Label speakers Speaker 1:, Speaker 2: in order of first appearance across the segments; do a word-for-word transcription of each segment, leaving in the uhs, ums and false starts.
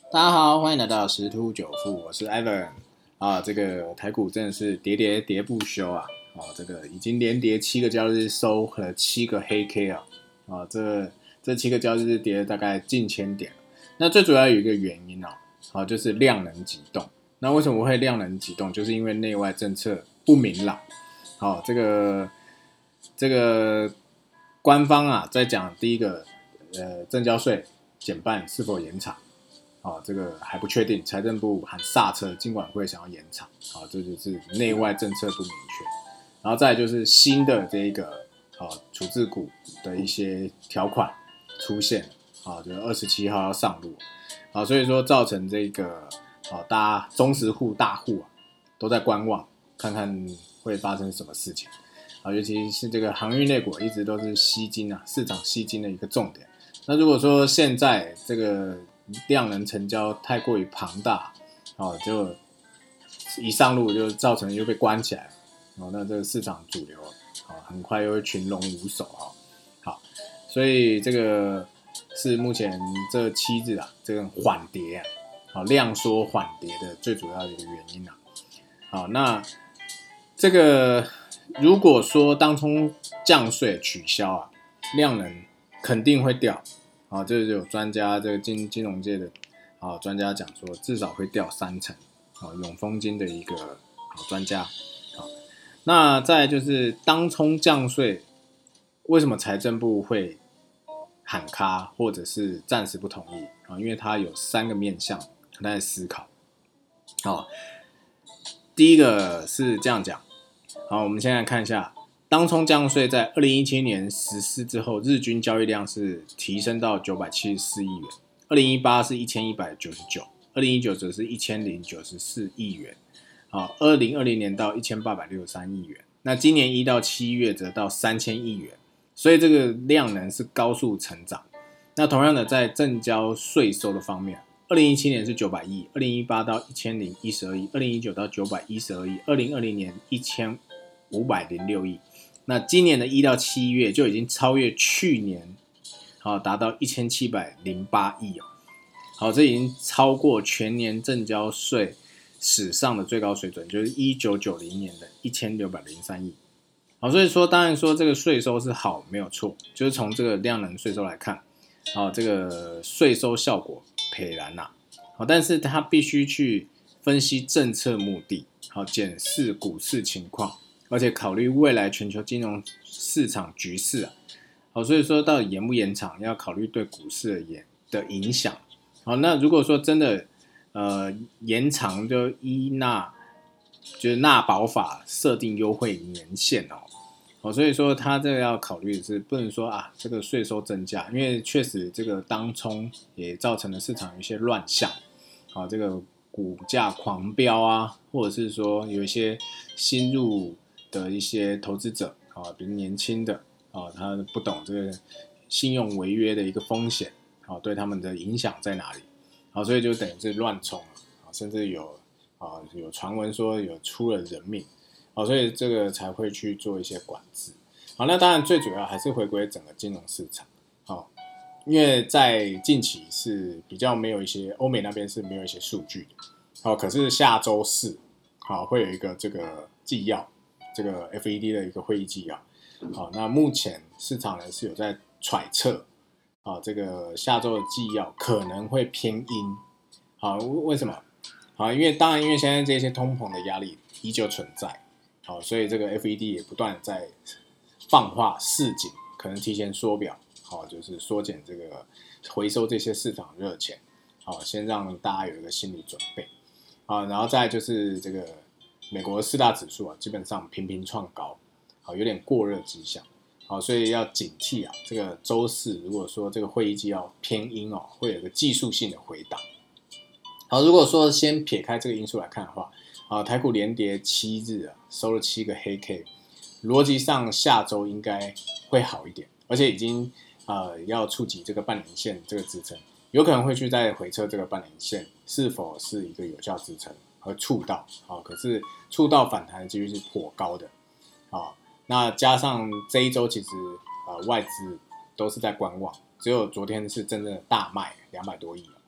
Speaker 1: 大家好，欢迎来到十突九富，我是 Ivan 啊。这个台股真的是跌跌跌不休啊，啊，这个已经连跌七个交易日，收了七个黑 K 啊，啊，这这七个交易日跌了大概近千点。那最主要有一个原因啊，啊，就是量能急动。那为什么会量能急动？就是因为内外政策不明朗。好、啊，这个这个官方啊，在讲第一个，呃，证交税减半是否延长？啊，这个还不确定，财政部喊刹车，金管会想要延长，啊，这就是内外政策不明确。然后再来就是新的这一个啊处置股的一些条款出现，啊，就二十七号要上路，啊，所以说造成这个啊大家中实户大户啊都在观望，看看会发生什么事情。啊，尤其是这个航运类股一直都是吸金啊，市场吸金的一个重点。那如果说现在这个量能成交太过于庞大，哦，就一上路就造成又被关起来了，哦，那这个市场主流，哦，很快又会群龙无首，哈、哦，好，所以这个是目前这七日啊，这个缓跌啊，好、哦，量缩缓跌的最主要的一个原因啊，好，那这个如果说当冲降税取消啊，量能肯定会掉。啊，这就有专家，这个金金融界的啊专家讲说，至少会掉三成。啊，永丰金的一个好专家。好，那再来就是当冲降税，为什么财政部会喊卡或者是暂时不同意啊？因为它有三个面向，他在思考。好，第一个是这样讲。好，我们现在看一下。当冲降税在二零一七年实施之后，日均交易量是提升到九百七十四亿元，二零一八是一千一百九十九，二零一九则是一千零九十四亿元，好，二零二零年到一千八百六十三亿元，那今年一到七月则到三千亿元，所以这个量能是高速成长。那同样的，在证交税收的方面，二零一七年是九百亿，二零一八到一千零一十二亿，二零一九到九百一十二亿，二零二零年一千五百零六亿。那今年的一到七月就已经超越去年，好达到一千七百零八亿哦，好，这已经超过全年证交税史上的最高水准，就是一九九零年的一千六百零三亿。好，所以说当然说这个税收是好没有错，就是从这个量能税收来看，好，这个税收效果斐然呐，好，但是它必须去分析政策目的，好，检视股市情况。而且考虑未来全球金融市场局势啊，好，所以说到底延不延长，要考虑对股市的的影响。好，那如果说真的呃延长，就依纳就是纳保法设定优惠年限哦，好，所以说他这个要考虑的是不能说啊这个税收增加，因为确实这个当冲也造成了市场有一些乱象，好，这个股价狂飙啊，或者是说有一些新入的一些投资者啊，比如年轻的啊，他不懂这个信用违约的一个风险，啊，对他们的影响在哪里？好，所以就等于是乱冲啊，甚至有啊有传闻说有出了人命，好，所以这个才会去做一些管制。好，那当然最主要还是回归整个金融市场，好，因为在近期是比较没有一些欧美那边是没有一些数据的，好，可是下周四好会有一个这个纪要。这个 F E D 的一个会议纪要，好，那目前市场呢是有在揣测，啊，这个下周的纪要可能会偏阴，好，为什么？好，因为当然因为现在这些通膨的压力依旧存在，好，所以这个 F E D 也不断在放话示警，可能提前缩表，好，就是缩减这个回收这些市场热钱，好，先让大家有一个心理准备，好，然后再来就是这个。美国四大指数啊，基本上频频创高，好，有点过热迹象，好，所以要警惕啊。这个周四如果说这个会议纪要偏阴哦，会有一个技术性的回档。好，如果说先撇开这个因素来看的话，啊，台股连跌七日啊，收了七个黑 K， 逻辑上下周应该会好一点，而且已经呃要触及这个半年线这个支撑，有可能会去再回测这个半年线是否是一个有效支撑。和触到，好，可是触到反弹的几率是颇高的，好，那加上这一周其实呃外资都是在观望，只有昨天是真正的大卖两百多亿，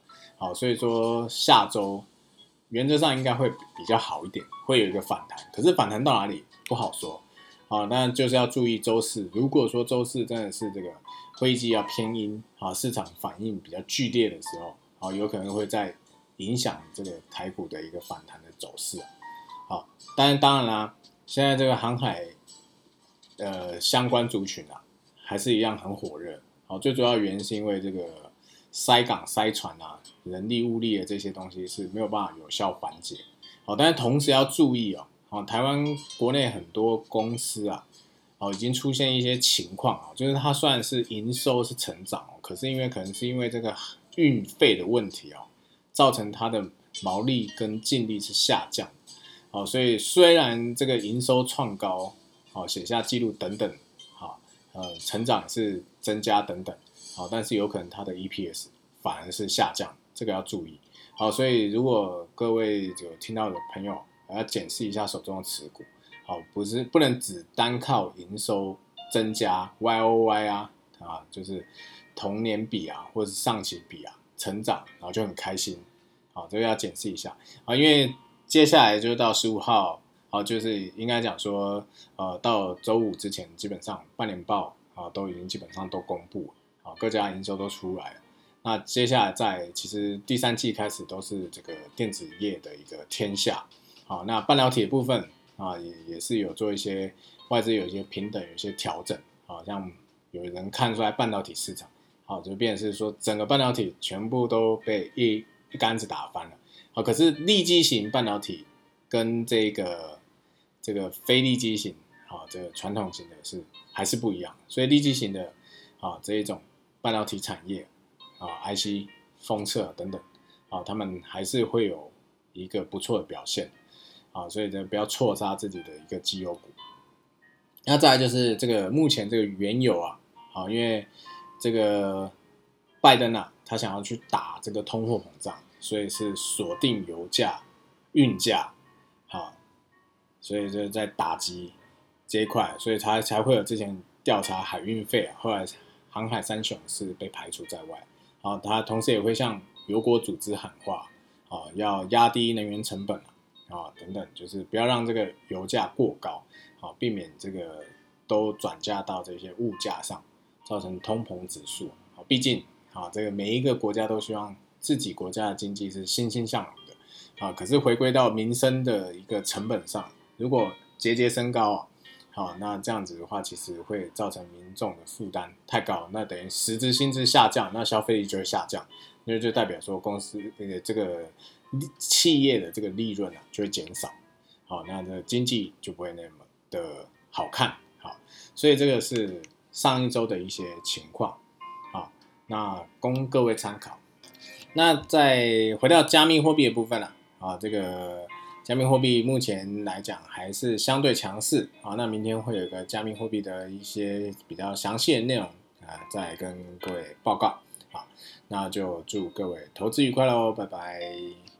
Speaker 1: 好，所以说下周原则上应该会比较好一点，会有一个反弹，可是反弹到哪里不好说。好，那就是要注意周四，如果说周四真的是这个会议纪要偏阴，啊，市场反应比较剧烈的时候，好，有可能会在影响这个台股的一个反弹的走势。好，当然当然啦，现在这个航海呃相关族群啊，还是一样很火热。好，最主要原因是因为这个塞港塞船啊，人力物力的这些东西是没有办法有效缓解。好，但是同时要注意哦，好，台湾国内很多公司啊，哦，已经出现一些情况啊，就是它虽然是营收是成长哦，可是因为可能是因为这个运费的问题哦，造成它的毛利跟净利是下降。好，所以虽然这个营收创高，好，写下记录等等，好，呃，成长是增加等等，好，但是有可能它的 E P S 反而是下降，这个要注意。好，所以如果各位有听到的朋友，要检视一下手中的持股，好，不是不能只单靠营收增加 Y O Y 啊，啊，就是同年比啊，或者是上期比啊，成长，然后就很开心，好，这个要检视一下啊，因为接下来就到十五号，好，就是应该讲说，呃，到周五之前，基本上半年报啊都已经基本上都公布了，好，各家营收都出来了。那接下来在其实第三季开始都是这个电子业的一个天下，好，那半导体的部分啊也也是有做一些外资有一些平等有一些调整，好像有人看出来半导体市场，好，就变成是说整个半导体全部都被一一竿子打翻了，好，可是利基型半导体跟这个这个非利基型，好，这个传统型的是还是不一样，所以利基型的啊这一种半导体产业。啊 ，I C 封测等等，啊，他们还是会有一个不错的表现，啊，所以呢，不要错杀自己的一个绩优股。那再来就是这个目前这个原油啊，好，因为这个拜登啊，他想要去打这个通货膨胀，所以是锁定油价、运价，好，所以就在打击这一块，所以他才会有之前调查海运费啊，后来航海三雄是被排除在外。啊，它同时也会向油国组织喊话，啊，要压低能源成本啊，等等，就是不要让这个油价过高，啊，避免这个都转嫁到这些物价上，造成通膨指数。啊，毕竟啊，这个每一个国家都希望自己国家的经济是欣欣向荣的，啊，可是回归到民生的一个成本上，如果节节升高啊。好，那这样子的话，其实会造成民众的负担太高，那等于实质薪资下降，那消费力就会下降，那就代表说公司这个这个企业的这个利润啊就会减少，好，那这经济就不会那么的好看，好，所以这个是上一周的一些情况，好，那供各位参考。那再回到加密货币的部分了，啊，这个。加密货币目前来讲还是相对强势，好，那明天会有一个加密货币的一些比较详细的内容啊，再跟各位报告，好，那就祝各位投资愉快喽，拜拜。